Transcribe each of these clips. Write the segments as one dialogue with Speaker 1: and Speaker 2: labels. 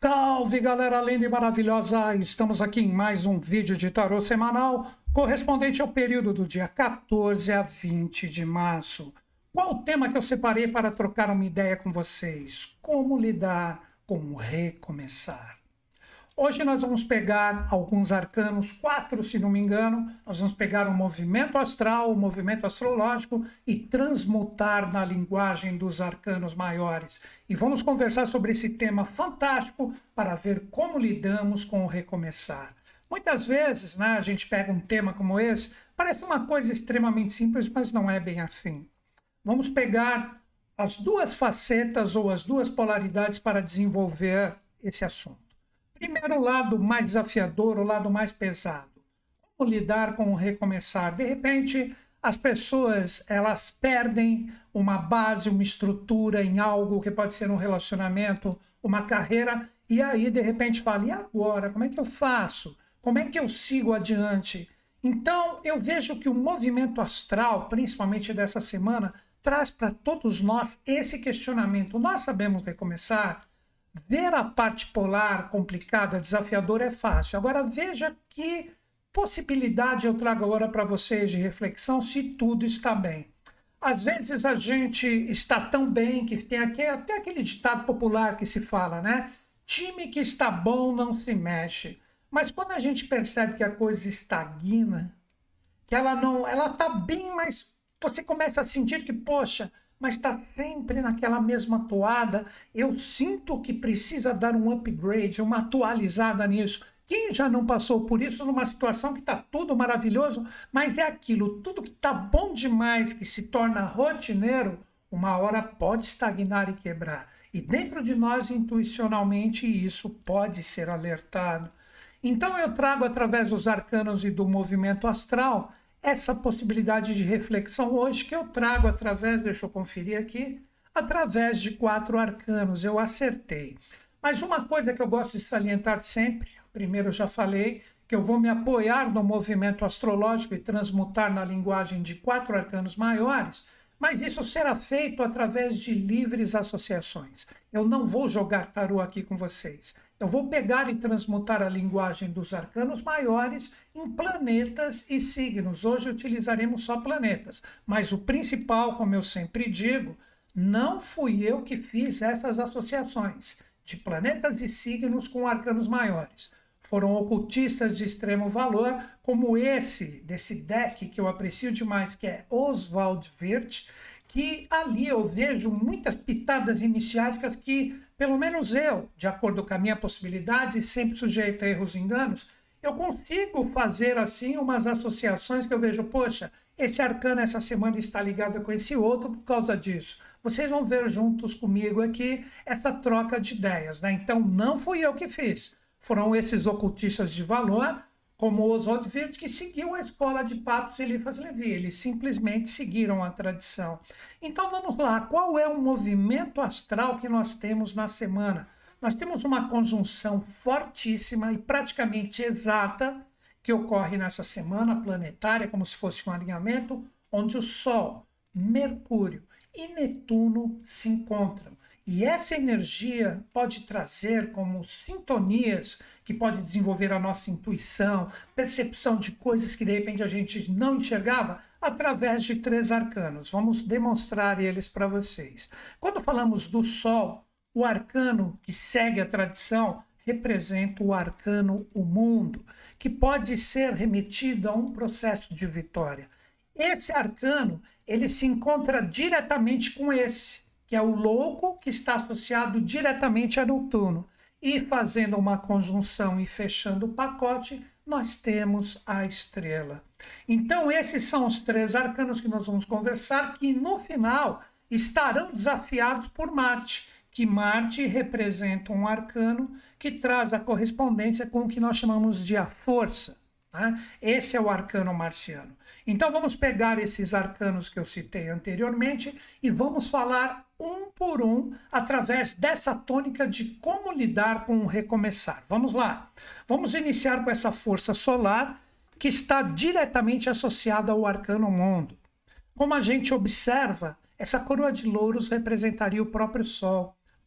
Speaker 1: Salve, galera linda e maravilhosa! Estamos aqui em mais um vídeo de tarô semanal, correspondente ao período do dia 14 a 20 de março. Qual o tema que eu separei para trocar uma ideia com vocês? Como lidar com o recomeçar? Hoje nós vamos pegar alguns arcanos, 4 se não me engano, nós vamos pegar o movimento astral, o movimento astrológico e transmutar na linguagem dos arcanos maiores. E vamos conversar sobre esse tema fantástico para ver como lidamos com o recomeçar. Muitas vezes, a gente pega um tema como esse, parece uma coisa extremamente simples, mas não é bem assim. Vamos pegar as duas facetas ou as duas polaridades para desenvolver esse assunto. Primeiro, o lado mais desafiador, o lado mais pesado. Como lidar com o recomeçar? De repente, as pessoas elas perdem uma base, uma estrutura em algo que pode ser um relacionamento, uma carreira, e aí, de repente, fala, e agora? Como é que eu faço? Como é que eu sigo adiante? Então, eu vejo que o movimento astral, principalmente dessa semana, traz para todos nós esse questionamento. Nós sabemos recomeçar. Ver a parte polar complicada, desafiadora é fácil. Agora veja que possibilidade eu trago agora para vocês de reflexão se tudo está bem. Às vezes a gente está tão bem que tem até aquele ditado popular que se fala, né? Time que está bom não se mexe. Mas quando a gente percebe que a coisa estagna, que ela está bem, mas você começa a sentir que, poxa, mas está sempre naquela mesma toada, eu sinto que precisa dar um upgrade, uma atualizada nisso. Quem já não passou por isso numa situação que está tudo maravilhoso, mas é aquilo, tudo que está bom demais, que se torna rotineiro, uma hora pode estagnar e quebrar. E dentro de nós, intuicionalmente, isso pode ser alertado. Então eu trago através dos arcanos e do movimento astral, essa possibilidade de reflexão hoje que eu trago através, deixa eu conferir aqui, através de 4 arcanos, eu acertei. Mas uma coisa que eu gosto de salientar sempre, primeiro eu já falei, que eu vou me apoiar no movimento astrológico e transmutar na linguagem de 4 arcanos maiores, mas isso será feito através de livres associações. Eu não vou jogar tarô aqui com vocês. Eu vou pegar e transmutar a linguagem dos arcanos maiores em planetas e signos. Hoje utilizaremos só planetas, mas o principal, como eu sempre digo, não fui eu que fiz essas associações de planetas e signos com arcanos maiores. Foram ocultistas de extremo valor, como desse deck que eu aprecio demais, que é Oswald Wirth, que ali eu vejo muitas pitadas iniciáticas que, pelo menos eu, de acordo com a minha possibilidade, sempre sujeito a erros e enganos, eu consigo fazer assim umas associações que eu vejo, poxa, esse arcano essa semana está ligado com esse outro por causa disso. Vocês vão ver juntos comigo aqui essa troca de ideias, né? Então não fui eu que fiz. Foram esses ocultistas de valor, como Oswald Wirth, que seguiu a escola de Papos e Eliphas Levi. Eles simplesmente seguiram a tradição. Então vamos lá, qual é o movimento astral que nós temos na semana? Nós temos uma conjunção fortíssima e praticamente exata que ocorre nessa semana planetária, como se fosse um alinhamento, onde o Sol, Mercúrio e Netuno se encontram. E essa energia pode trazer como sintonias que pode desenvolver a nossa intuição, percepção de coisas que de repente a gente não enxergava através de 3 arcanos. Vamos demonstrar eles para vocês. Quando falamos do Sol, o arcano que segue a tradição representa o arcano o mundo, que pode ser remetido a um processo de vitória. Esse arcano, ele se encontra diretamente com esse, que é o louco, que está associado diretamente a Netuno. E fazendo uma conjunção e fechando o pacote, nós temos a estrela. Então esses são os 3 arcanos que nós vamos conversar, que no final estarão desafiados por Marte, que Marte representa um arcano que traz a correspondência com o que nós chamamos de a força. Esse é o arcano marciano. Então vamos pegar esses arcanos que eu citei anteriormente e vamos falar um por um através dessa tônica de como lidar com o recomeçar. Vamos lá. Vamos iniciar com essa força solar que está diretamente associada ao arcano mundo. Como a gente observa, essa coroa de louros representaria o próprio Sol.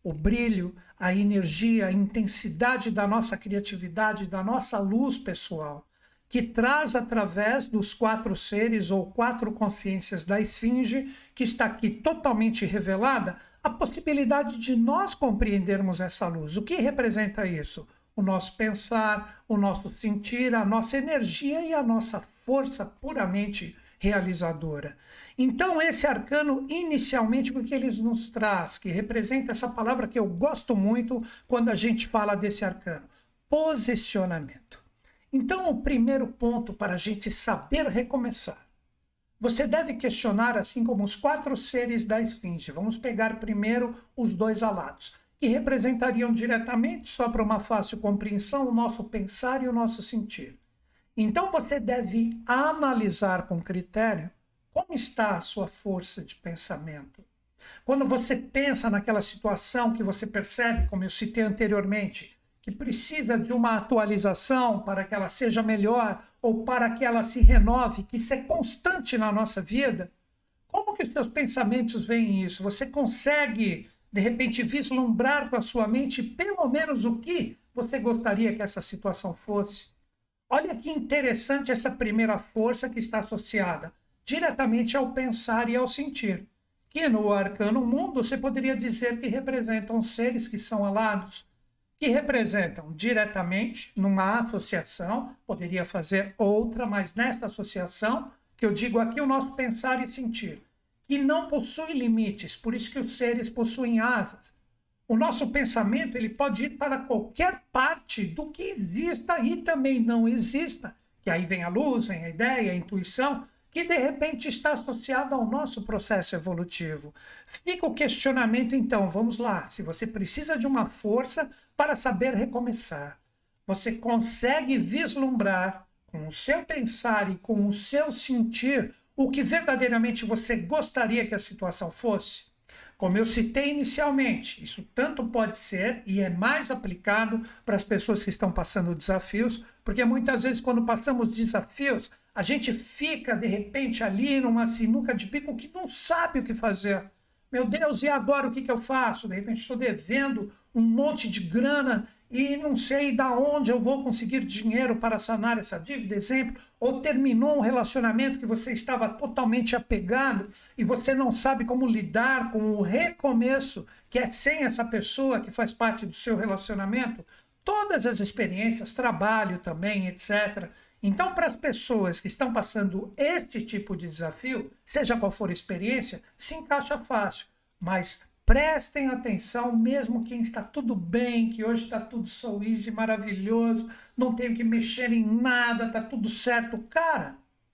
Speaker 1: o brilho, a energia, a intensidade da nossa criatividade, da nossa luz pessoal, que traz através dos 4 seres ou 4 consciências da esfinge, que está aqui totalmente revelada, a possibilidade de nós compreendermos essa luz. O que representa isso? O nosso pensar, o nosso sentir, a nossa energia e a nossa força puramente realizadora. Então, esse arcano, inicialmente, o que ele nos traz, que representa essa palavra que eu gosto muito quando a gente fala desse arcano, posicionamento. Então, o primeiro ponto para a gente saber recomeçar, você deve questionar, assim como os 4 seres da esfinge. Vamos pegar primeiro os 2 alados, que representariam diretamente, só para uma fácil compreensão, o nosso pensar e o nosso sentir. Então, você deve analisar com critério como está a sua força de pensamento. Quando você pensa naquela situação que você percebe, como eu citei anteriormente, que precisa de uma atualização para que ela seja melhor ou para que ela se renove, que isso é constante na nossa vida, como que os seus pensamentos veem isso? Você consegue, de repente, vislumbrar com a sua mente pelo menos o que você gostaria que essa situação fosse? Olha que interessante essa primeira força que está associada diretamente ao pensar e ao sentir, que no arcano mundo você poderia dizer que representam seres que são alados, que representam diretamente numa associação, poderia fazer outra, mas nessa associação, que eu digo aqui o nosso pensar e sentir, que não possui limites, por isso que os seres possuem asas. O nosso pensamento ele pode ir para qualquer parte do que exista e também não exista, que aí vem a luz, vem a ideia, a intuição, que de repente está associado ao nosso processo evolutivo. Fica o questionamento então, vamos lá, se você precisa de uma força para saber recomeçar, você consegue vislumbrar com o seu pensar e com o seu sentir o que verdadeiramente você gostaria que a situação fosse? Como eu citei inicialmente, isso tanto pode ser e é mais aplicado para as pessoas que estão passando desafios, porque muitas vezes quando passamos desafios, a gente fica de repente ali numa sinuca de bico que não sabe o que fazer. Meu Deus, e agora o que eu faço? De repente estou devendo um monte de grana e não sei de onde eu vou conseguir dinheiro para sanar essa dívida, exemplo, ou terminou um relacionamento que você estava totalmente apegado e você não sabe como lidar com o recomeço, que é sem essa pessoa que faz parte do seu relacionamento, todas as experiências, trabalho também, etc. Então, para as pessoas que estão passando este tipo de desafio, seja qual for a experiência, se encaixa fácil, mas prestem atenção, mesmo quem está tudo bem, que hoje está tudo so easy, maravilhoso, não tenho que mexer em nada, está tudo certo. Cara,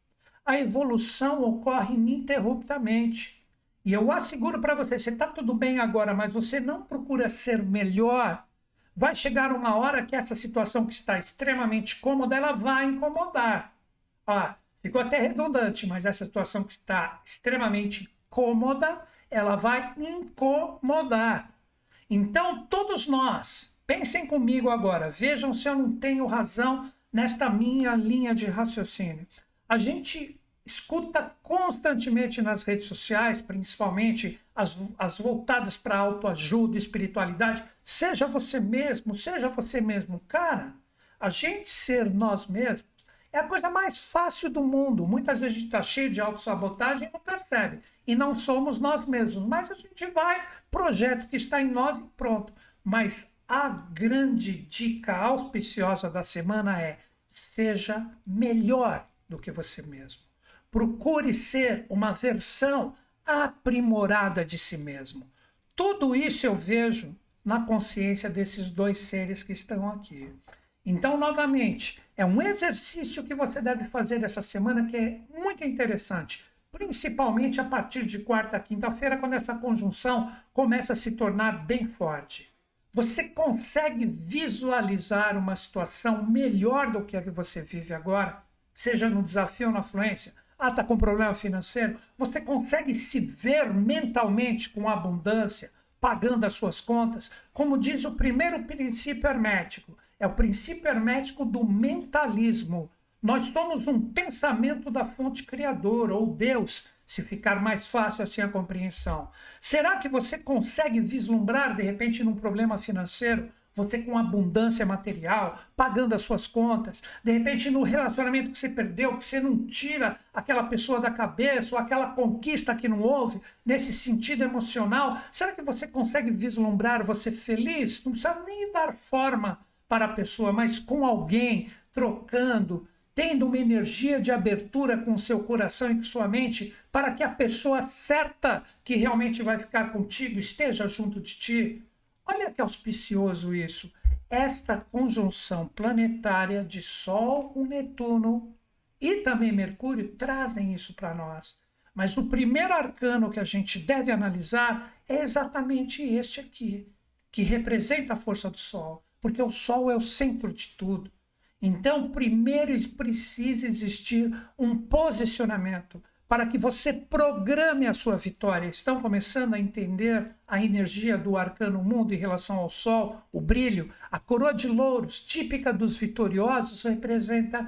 Speaker 1: a evolução ocorre ininterruptamente. E eu asseguro para você, você está tudo bem agora, mas você não procura ser melhor, vai chegar uma hora que essa situação que está extremamente cômoda, ela vai incomodar. Ficou até redundante, mas essa situação que está extremamente cômoda, ela vai incomodar. Então, todos nós, pensem comigo agora, vejam se eu não tenho razão nesta minha linha de raciocínio. A gente escuta constantemente nas redes sociais, principalmente as voltadas para autoajuda, espiritualidade, seja você mesmo. Cara, a gente ser nós mesmos é a coisa mais fácil do mundo. Muitas vezes a gente está cheio de autossabotagem e não percebe. E não somos nós mesmos. Mas a gente vai, projeto que está em nós e pronto. Mas a grande dica auspiciosa da semana é: seja melhor do que você mesmo. Procure ser uma versão aprimorada de si mesmo. Tudo isso eu vejo na consciência desses 2 seres que estão aqui. Então, novamente, é um exercício que você deve fazer essa semana que é muito interessante, principalmente a partir de quarta, quinta-feira, quando essa conjunção começa a se tornar bem forte. Você consegue visualizar uma situação melhor do que a que você vive agora, seja no desafio ou na fluência? Está com problema financeiro? Você consegue se ver mentalmente com abundância, pagando as suas contas? Como diz o primeiro princípio hermético, é o princípio hermético do mentalismo. Nós somos um pensamento da fonte criadora, ou Deus, se ficar mais fácil assim a compreensão. Será que você consegue vislumbrar, de repente, num problema financeiro, você com abundância material, pagando as suas contas, de repente no relacionamento que você perdeu, que você não tira aquela pessoa da cabeça, ou aquela conquista que não houve, nesse sentido emocional, será que você consegue vislumbrar você feliz? Não precisa nem dar forma para a pessoa, mas com alguém, trocando, tendo uma energia de abertura com o seu coração e com sua mente, para que a pessoa certa que realmente vai ficar contigo esteja junto de ti. Olha que auspicioso isso. Esta conjunção planetária de Sol com Netuno e também Mercúrio trazem isso para nós. Mas o primeiro arcano que a gente deve analisar é exatamente este aqui, que representa a força do Sol, porque o Sol é o centro de tudo. Então, primeiro precisa existir um posicionamento para que você programe a sua vitória. Estão começando a entender a energia do arcano mundo em relação ao Sol, o brilho? A coroa de louros, típica dos vitoriosos, representa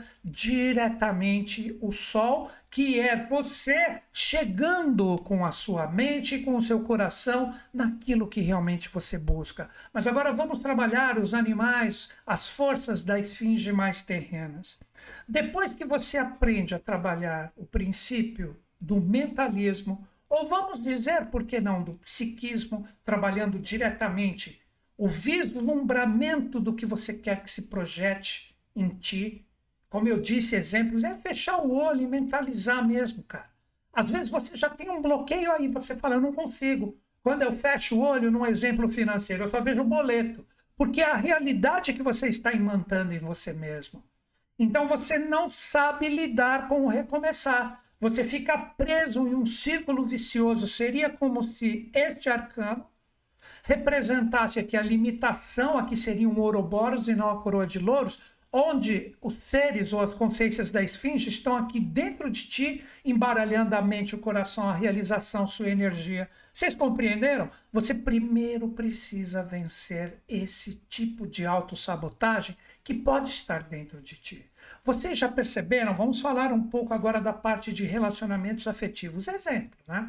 Speaker 1: diretamente o Sol, que é você chegando com a sua mente e com o seu coração naquilo que realmente você busca. Mas agora vamos trabalhar os animais, as forças da esfinge mais terrenas. Depois que você aprende a trabalhar o princípio do mentalismo, ou vamos dizer, por que não, do psiquismo, trabalhando diretamente o vislumbramento do que você quer que se projete em ti, como eu disse, exemplos, é fechar o olho e mentalizar mesmo, cara. Às vezes você já tem um bloqueio aí, você fala, eu não consigo. Quando eu fecho o olho num exemplo financeiro, eu só vejo o boleto, porque é a realidade que você está imantando em você mesmo. Então você não sabe lidar com o recomeçar. Você fica preso em um círculo vicioso. Seria como se este arcano representasse aqui a limitação, aqui seria um Ouroboros e não a coroa de louros, onde os seres ou as consciências da esfinge estão aqui dentro de ti, embaralhando a mente, o coração, a realização, sua energia. Vocês compreenderam? Você primeiro precisa vencer esse tipo de autossabotagem que pode estar dentro de ti. Vocês já perceberam? Vamos falar um pouco agora da parte de relacionamentos afetivos. Exemplo, né?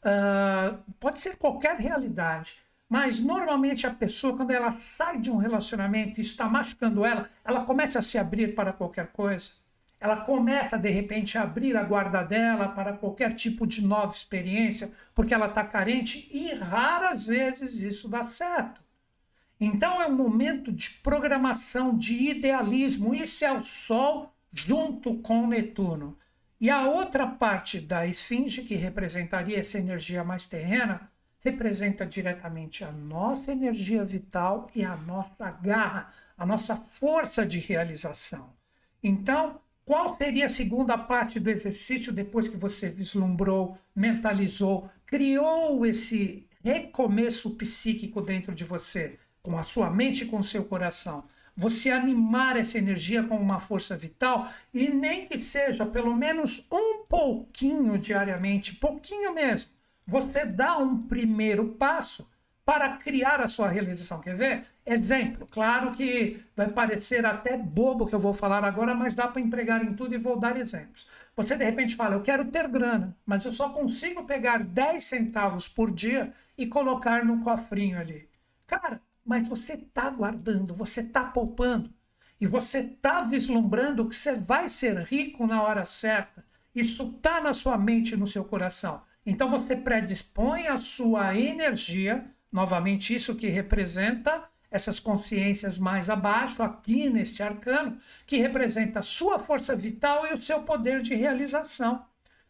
Speaker 1: Pode ser qualquer realidade, mas normalmente a pessoa, quando ela sai de um relacionamento e está machucando ela começa a se abrir para qualquer coisa. Ela começa, de repente, a abrir a guarda dela para qualquer tipo de nova experiência, porque ela está carente e raras vezes isso dá certo. Então é um momento de programação, de idealismo. Isso é o Sol junto com Netuno. E a outra parte da esfinge, que representaria essa energia mais terrena, representa diretamente a nossa energia vital e a nossa garra, a nossa força de realização. Então, qual seria a segunda parte do exercício depois que você vislumbrou, mentalizou, criou esse recomeço psíquico dentro de você, com a sua mente e com o seu coração? Você animar essa energia com uma força vital e nem que seja pelo menos um pouquinho diariamente, pouquinho mesmo, você dá um primeiro passo para criar a sua realização. Quer ver? Exemplo, claro que vai parecer até bobo o que eu vou falar agora, mas dá para empregar em tudo e vou dar exemplos. Você de repente fala, eu quero ter grana, mas eu só consigo pegar 10 centavos por dia e colocar no cofrinho ali. Cara, mas você está guardando, você está poupando e você está vislumbrando que você vai ser rico na hora certa. Isso está na sua mente e no seu coração. Então você predispõe a sua energia, novamente isso que representa essas consciências mais abaixo, aqui neste arcano, que representa a sua força vital e o seu poder de realização.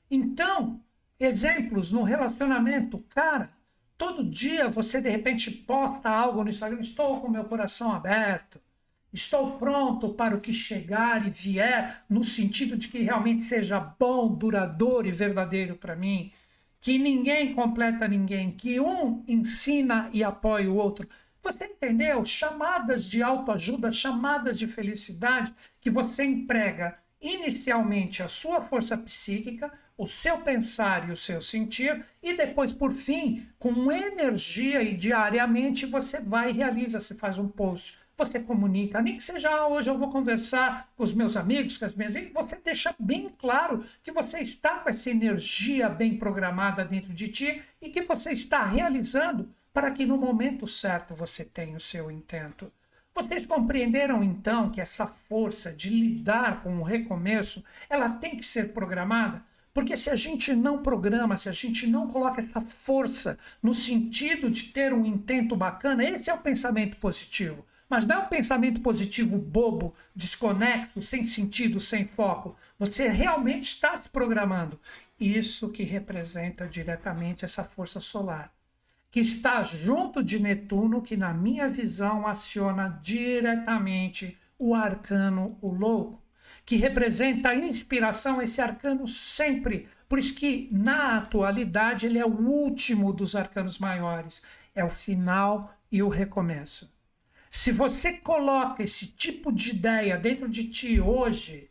Speaker 1: Então, exemplos no relacionamento, cara, todo dia você de repente posta algo no Instagram, estou com meu coração aberto, estou pronto para o que chegar e vier, no sentido de que realmente seja bom, duradouro e verdadeiro para mim, que ninguém completa ninguém, que um ensina e apoia o outro. Você entendeu? Chamadas de autoajuda, chamadas de felicidade, que você emprega inicialmente a sua força psíquica, o seu pensar e o seu sentir, e depois, por fim, com energia e diariamente, você vai e realiza, você faz um post, você comunica, nem que seja, hoje eu vou conversar com os meus amigos, com as minhas, e você deixa bem claro que você está com essa energia bem programada dentro de ti e que você está realizando para que no momento certo você tenha o seu intento. Vocês compreenderam então que essa força de lidar com o recomeço, ela tem que ser programada? Porque se a gente não programa, se a gente não coloca essa força no sentido de ter um intento bacana, esse é o pensamento positivo. Mas não é um pensamento positivo bobo, desconexo, sem sentido, sem foco. Você realmente está se programando. Isso que representa diretamente essa força solar, que está junto de Netuno, que na minha visão aciona diretamente o arcano, o louco, que representa a inspiração, esse arcano sempre. Por isso que, na atualidade, ele é o último dos arcanos maiores. É o final e o recomeço. Se você coloca esse tipo de ideia dentro de ti hoje,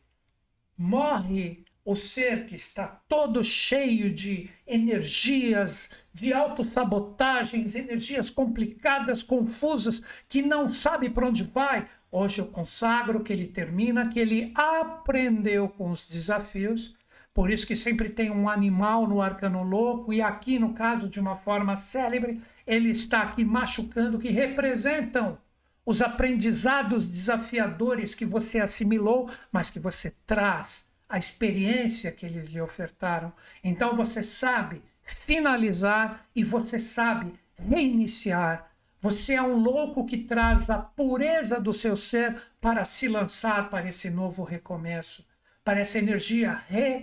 Speaker 1: morre o ser que está todo cheio de energias, de autossabotagens, energias complicadas, confusas, que não sabe para onde vai. Hoje eu consagro que ele termina, que ele aprendeu com os desafios. Por isso que sempre tem um animal no arcano louco, e aqui, no caso, de uma forma célebre, ele está aqui machucando, que representam os aprendizados desafiadores que você assimilou, mas que você traz a experiência que eles lhe ofertaram. Então você sabe finalizar e você sabe reiniciar. Você é um louco que traz a pureza do seu ser para se lançar para esse novo recomeço, para essa energia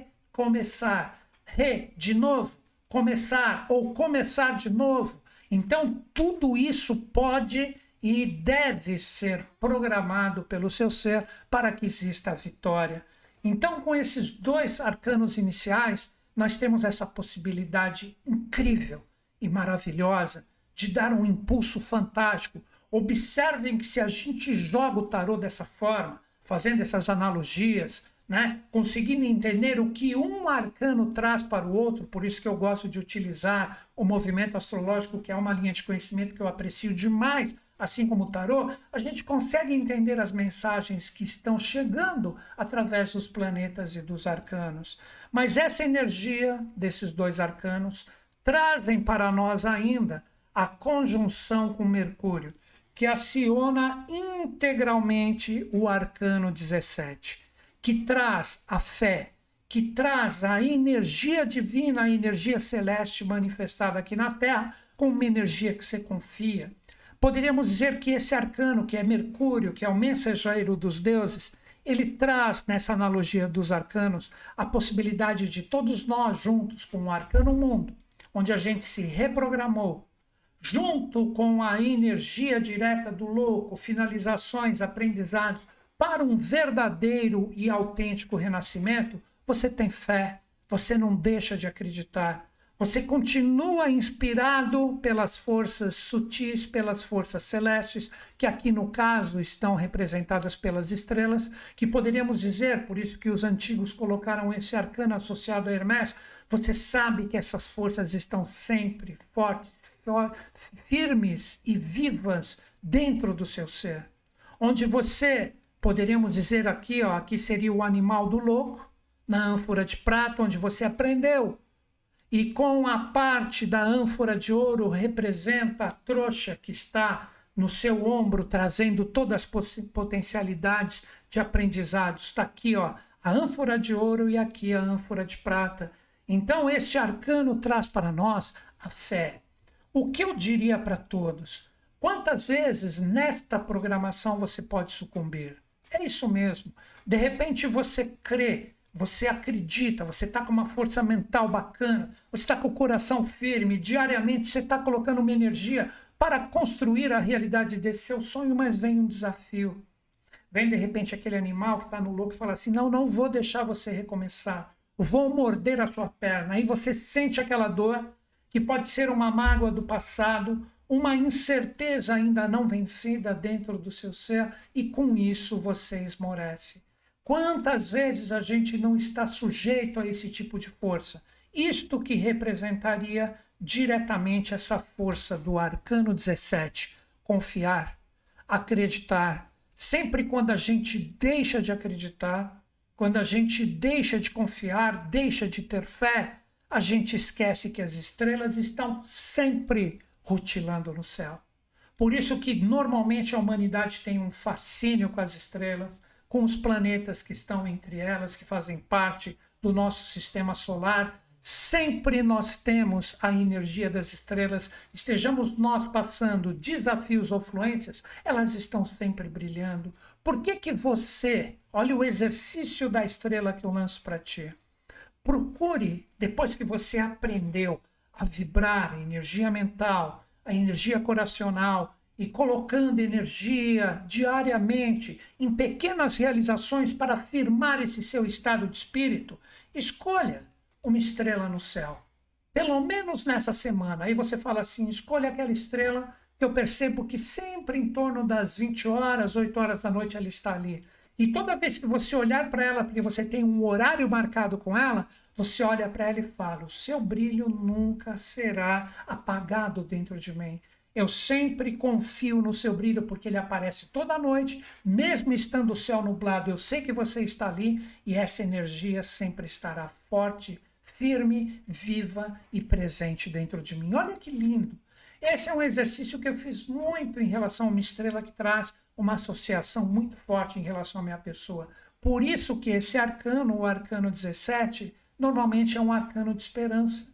Speaker 1: recomeçar, de novo, começar ou começar de novo. Então tudo isso pode e deve ser programado pelo seu ser para que exista a vitória. Então, com esses dois arcanos iniciais, nós temos essa possibilidade incrível e maravilhosa de dar um impulso fantástico. Observem que se a gente joga o tarô dessa forma, fazendo essas analogias, né, conseguindo entender o que um arcano traz para o outro, por isso que eu gosto de utilizar o movimento astrológico, que é uma linha de conhecimento que eu aprecio demais, assim como o tarô, a gente consegue entender as mensagens que estão chegando através dos planetas e dos arcanos. Mas essa energia desses dois arcanos trazem para nós ainda a conjunção com Mercúrio, que aciona integralmente o arcano 17, que traz a fé, que traz a energia divina, a energia celeste manifestada aqui na Terra, com uma energia que você confia. Poderíamos dizer que esse arcano, que é Mercúrio, que é o mensageiro dos deuses, ele traz, nessa analogia dos arcanos, a possibilidade de todos nós juntos, com o arcano mundo, onde a gente se reprogramou, junto com a energia direta do louco, finalizações, aprendizados, para um verdadeiro e autêntico renascimento, você tem fé, você não deixa de acreditar. Você continua inspirado pelas forças sutis, pelas forças celestes, que aqui no caso estão representadas pelas estrelas, que poderíamos dizer, por isso que os antigos colocaram esse arcano associado a Hermès, você sabe que essas forças estão sempre fortes, firmes e vivas dentro do seu ser. Onde você, poderíamos dizer aqui, ó, aqui seria o animal do louco, na ânfora de prata, onde você aprendeu. E com a parte da ânfora de ouro representa a trouxa que está no seu ombro, trazendo todas as potencialidades de aprendizados. Está aqui, ó, a ânfora de ouro e aqui a ânfora de prata. Então, este arcano traz para nós a fé. O que eu diria para todos? Quantas vezes nesta programação você pode sucumbir? É isso mesmo. De repente você crê, você acredita, você está com uma força mental bacana, você está com o coração firme, diariamente você está colocando uma energia para construir a realidade desse seu sonho, mas vem um desafio. Vem de repente aquele animal que está no louco e fala assim, não vou deixar você recomeçar, vou morder a sua perna. Aí você sente aquela dor, que pode ser uma mágoa do passado, uma incerteza ainda não vencida dentro do seu ser, e com isso você esmorece. Quantas vezes a gente não está sujeito a esse tipo de força? Isto que representaria diretamente essa força do arcano 17, confiar, acreditar. Sempre quando a gente deixa de acreditar, quando a gente deixa de confiar, deixa de ter fé, a gente esquece que as estrelas estão sempre rutilando no céu. Por isso que normalmente a humanidade tem um fascínio com as estrelas, com os planetas que estão entre elas, que fazem parte do nosso sistema solar. Sempre nós temos a energia das estrelas, estejamos nós passando desafios ou fluências, elas estão sempre brilhando. Por que que você, olha o exercício da estrela que eu lanço para ti, procure, depois que você aprendeu a vibrar a energia mental, a energia coracional e colocando energia diariamente em pequenas realizações para afirmar esse seu estado de espírito, escolha uma estrela no céu. Pelo menos nessa semana. Aí você fala assim, escolha aquela estrela que eu percebo que sempre em torno das 20 horas, 8 horas da noite ela está ali. E toda vez que você olhar para ela, porque você tem um horário marcado com ela, você olha para ela e fala, o seu brilho nunca será apagado dentro de mim. Eu sempre confio no seu brilho, porque ele aparece toda noite, mesmo estando o céu nublado, eu sei que você está ali, e essa energia sempre estará forte, firme, viva e presente dentro de mim. Olha que lindo! Esse é um exercício que eu fiz muito em relação a uma estrela que traz uma associação muito forte em relação à minha pessoa. Por isso que esse arcano, o arcano 17, normalmente é um arcano de esperança.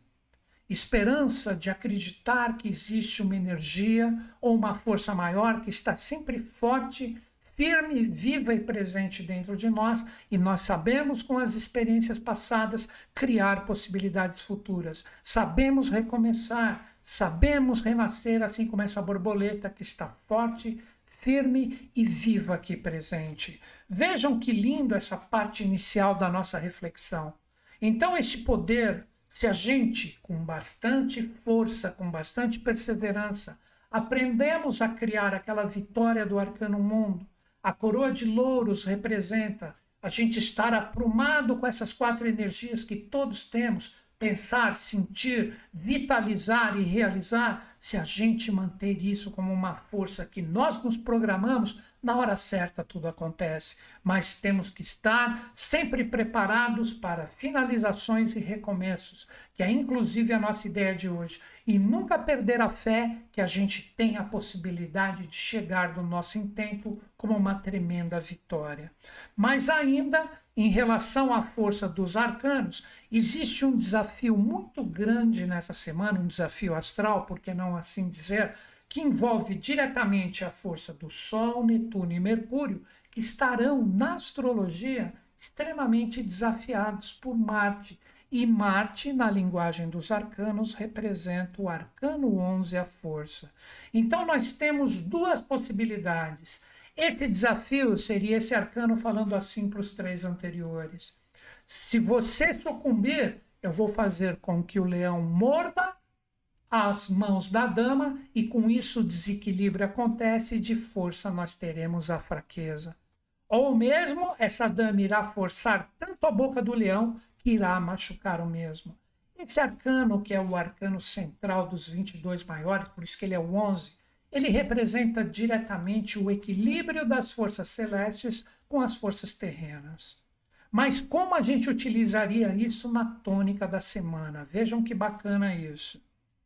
Speaker 1: Esperança de acreditar que existe uma energia ou uma força maior que está sempre forte, firme, viva e presente dentro de nós, e nós sabemos, com as experiências passadas, criar possibilidades futuras. Sabemos recomeçar, sabemos renascer, assim como essa borboleta que está forte, firme e viva aqui presente. Vejam que lindo essa parte inicial da nossa reflexão. Então, esse poder, se a gente, com bastante força, com bastante perseverança, aprendemos a criar aquela vitória do arcano mundo, a coroa de louros representa a gente estar aprumado com essas 4 energias que todos temos, pensar, sentir, vitalizar e realizar. Se a gente manter isso como uma força que nós nos programamos, na hora certa tudo acontece. Mas temos que estar sempre preparados para finalizações e recomeços, que é inclusive a nossa ideia de hoje. E nunca perder a fé que a gente tem a possibilidade de chegar do nosso intento como uma tremenda vitória. Mas ainda, em relação à força dos arcanos, existe um desafio muito grande nessa semana, um desafio astral, por que não assim dizer, que envolve diretamente a força do Sol, Netuno e Mercúrio, que estarão na astrologia extremamente desafiados por Marte. E Marte, na linguagem dos arcanos, representa o arcano 11, a força. Então nós temos 2 possibilidades. Esse desafio seria esse arcano falando assim para os 3 anteriores. Se você sucumbir, eu vou fazer com que o leão morda as mãos da dama, e com isso o desequilíbrio acontece e de força nós teremos a fraqueza. Ou mesmo essa dama irá forçar tanto a boca do leão que irá machucar o mesmo. Esse arcano, que é o arcano central dos 22 maiores, por isso que ele é o 11, ele representa diretamente o equilíbrio das forças celestes com as forças terrenas. Mas como a gente utilizaria isso na tônica da semana? Vejam que bacana isso.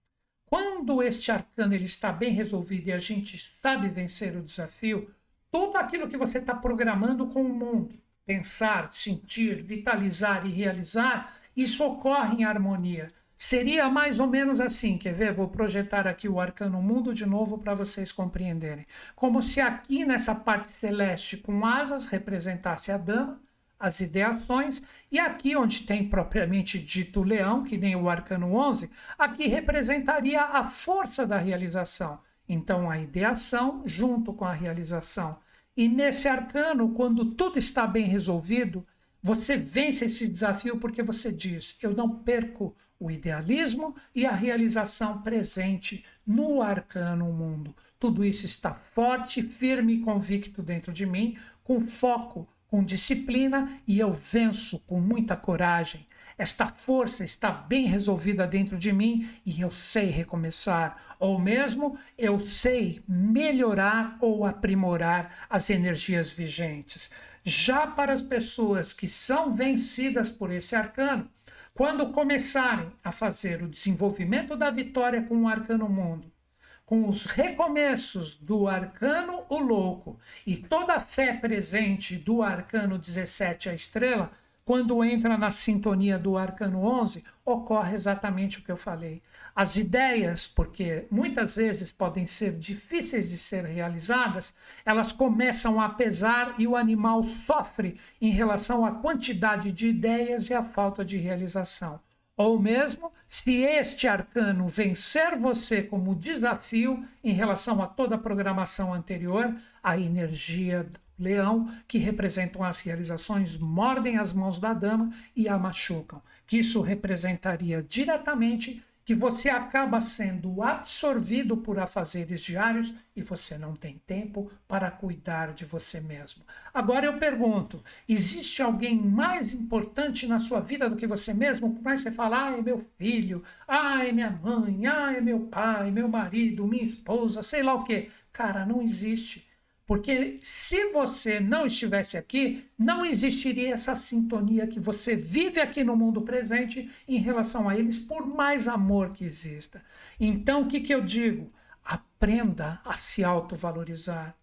Speaker 1: Quando este arcano ele está bem resolvido e a gente sabe vencer o desafio, tudo aquilo que você está programando com o mundo, pensar, sentir, vitalizar e realizar, isso ocorre em harmonia. Seria mais ou menos assim, quer ver? Vou projetar aqui o arcano mundo de novo para vocês compreenderem. Como se aqui nessa parte celeste com asas representasse a dama, as ideações, e aqui onde tem propriamente dito o leão, que nem o arcano 11, aqui representaria a força da realização. Então a ideação junto com a realização. E nesse arcano, quando tudo está bem resolvido, você vence esse desafio porque você diz, eu não perco o idealismo e a realização presente no arcano mundo. Tudo isso está forte, firme e convicto dentro de mim, com foco, com disciplina, e eu venço com muita coragem. esta força está bem resolvida dentro de mim e eu sei recomeçar, ou mesmo eu sei melhorar ou aprimorar as energias vigentes. Já para as pessoas que são vencidas por esse arcano, quando começarem a fazer o desenvolvimento da vitória com o arcano mundo, com os recomeços do arcano o louco e toda a fé presente do arcano 17 a estrela, quando entra na sintonia do arcano 11, ocorre exatamente o que eu falei. As ideias, porque muitas vezes podem ser difíceis de ser realizadas, elas começam a pesar e o animal sofre em relação à quantidade de ideias e à falta de realização. Ou mesmo, se este arcano vencer você como desafio em relação a toda a programação anterior, a energia do leão, que representam as realizações, mordem as mãos da dama e a machucam. Que isso representaria diretamente que você acaba sendo absorvido por afazeres diários e você não tem tempo para cuidar de você mesmo. Agora eu pergunto, existe alguém mais importante na sua vida do que você mesmo? Por mais que você fale, é meu filho, é minha mãe, é meu pai, meu marido, minha esposa, sei lá o quê. Cara, não existe. Porque se você não estivesse aqui, não existiria essa sintonia que você vive aqui no mundo presente em relação a eles, por mais amor que exista. Então, o que eu digo? Aprenda a se autovalorizar.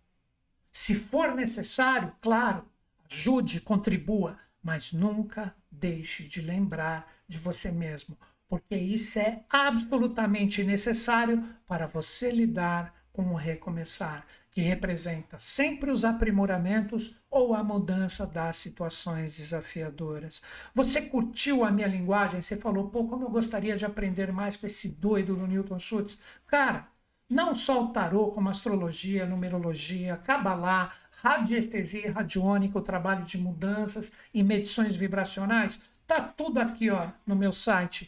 Speaker 1: Se for necessário, claro, ajude, contribua, mas nunca deixe de lembrar de você mesmo, porque isso é absolutamente necessário para você lidar com o recomeçar, que representa sempre os aprimoramentos ou a mudança das situações desafiadoras. Você curtiu a minha linguagem? Você falou, pô, como eu gostaria de aprender mais com esse doido do Newton Schultz. Cara, não só o tarô, como astrologia, numerologia, cabalá, radiestesia radiônica, o trabalho de mudanças e medições vibracionais, tá tudo aqui ó, no meu site,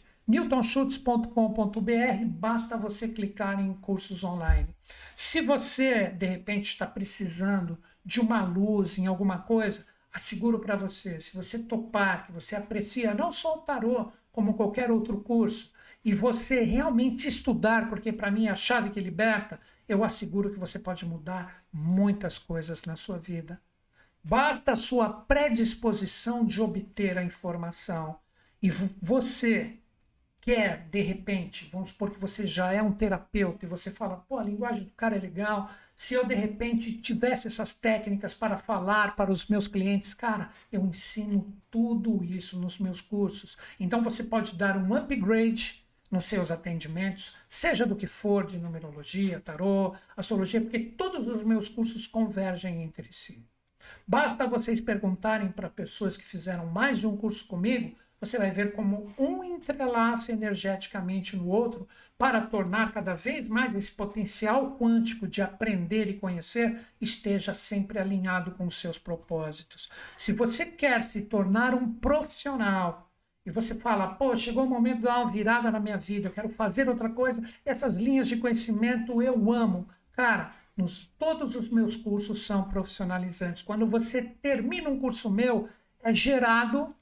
Speaker 1: newtonschultz.com.br, basta você clicar em cursos online. Se você, de repente, está precisando de uma luz em alguma coisa, asseguro para você, se você topar, que você aprecia não só o tarô, como qualquer outro curso, e você realmente estudar, porque para mim é a chave que liberta, eu asseguro que você pode mudar muitas coisas na sua vida. Basta a sua predisposição de obter a informação. E você quer, de repente, vamos supor que você já é um terapeuta e você fala, pô, a linguagem do cara é legal, se eu de repente tivesse essas técnicas para falar para os meus clientes, cara, eu ensino tudo isso nos meus cursos. Então você pode dar um upgrade nos seus atendimentos, seja do que for, de numerologia, tarô, astrologia, porque todos os meus cursos convergem entre si. Basta vocês perguntarem para pessoas que fizeram mais de um curso comigo, você vai ver como um entrelaça energeticamente no outro para tornar cada vez mais esse potencial quântico de aprender e conhecer esteja sempre alinhado com os seus propósitos. Se você quer se tornar um profissional e você fala, pô, chegou o momento de dar uma virada na minha vida, eu quero fazer outra coisa, essas linhas de conhecimento eu amo. Cara, todos os meus cursos são profissionalizantes. Quando você termina um curso meu, é gerado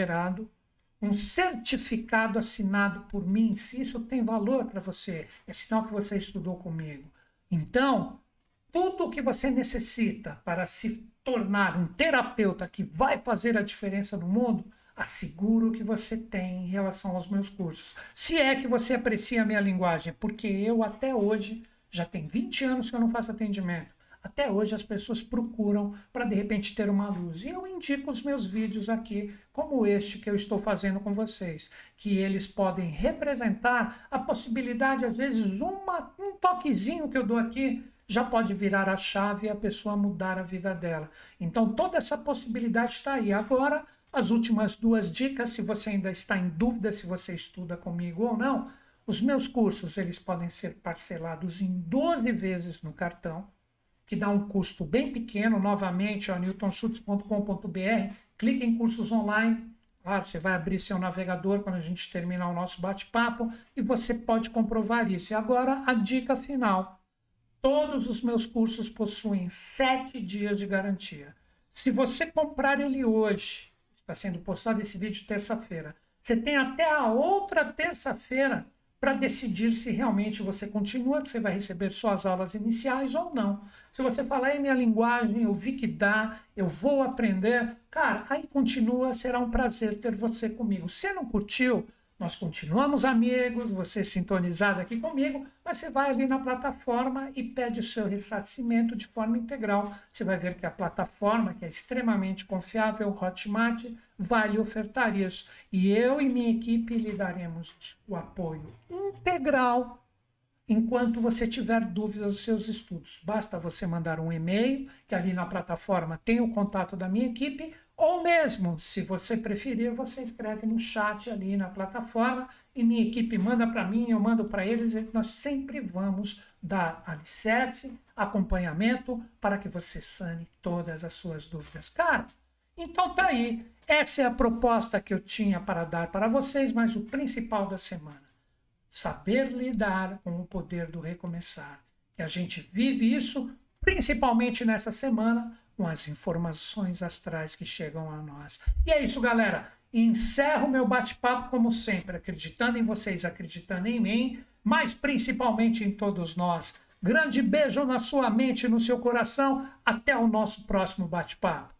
Speaker 1: um certificado assinado por mim. Se isso tem valor para você, é sinal que você estudou comigo. Então, tudo o que você necessita para se tornar um terapeuta que vai fazer a diferença no mundo, asseguro que você tem em relação aos meus cursos. Se é que você aprecia a minha linguagem, porque eu até hoje, já tem 20 anos que eu não faço atendimento, até hoje as pessoas procuram para de repente ter uma luz. E eu indico os meus vídeos aqui, como este que eu estou fazendo com vocês, que eles podem representar a possibilidade, às vezes, um toquezinho que eu dou aqui, já pode virar a chave e a pessoa mudar a vida dela. Então toda essa possibilidade está aí. Agora, as últimas duas dicas, se você ainda está em dúvida se você estuda comigo ou não, os meus cursos eles podem ser parcelados em 12 vezes no cartão, que dá um custo bem pequeno, novamente, newtonschultz.com.br, clique em cursos online, claro, você vai abrir seu navegador quando a gente terminar o nosso bate-papo e você pode comprovar isso. E agora a dica final, todos os meus cursos possuem 7 dias de garantia. Se você comprar ele hoje, está sendo postado esse vídeo terça-feira, Você tem até a outra terça-feira para decidir se realmente você continua, que você vai receber suas aulas iniciais ou não. Se você falar, é minha linguagem, eu vi que dá, eu vou aprender, cara, aí continua, será um prazer ter você comigo. Se não curtiu, nós continuamos amigos, você sintonizado aqui comigo, mas você vai ali na plataforma e pede o seu ressarcimento de forma integral. Você vai ver que a plataforma, que é extremamente confiável, Hotmart, vai lhe ofertar isso. E eu e minha equipe lhe daremos o apoio integral enquanto você tiver dúvidas dos seus estudos. Basta você mandar um e-mail, que ali na plataforma tem o contato da minha equipe, ou mesmo, se você preferir, você escreve no chat ali na plataforma e minha equipe manda para mim, eu mando para eles, e nós sempre vamos dar alicerce, acompanhamento, para que você sane todas as suas dúvidas. Cara, então tá aí. Essa é a proposta que eu tinha para dar para vocês, mas o principal da semana. Saber lidar com o poder do recomeçar. E a gente vive isso, principalmente nessa semana, com as informações astrais que chegam a nós. E é isso, galera. Encerro meu bate-papo, como sempre, acreditando em vocês, acreditando em mim, mas principalmente em todos nós. Grande beijo na sua mente e no seu coração. Até o nosso próximo bate-papo.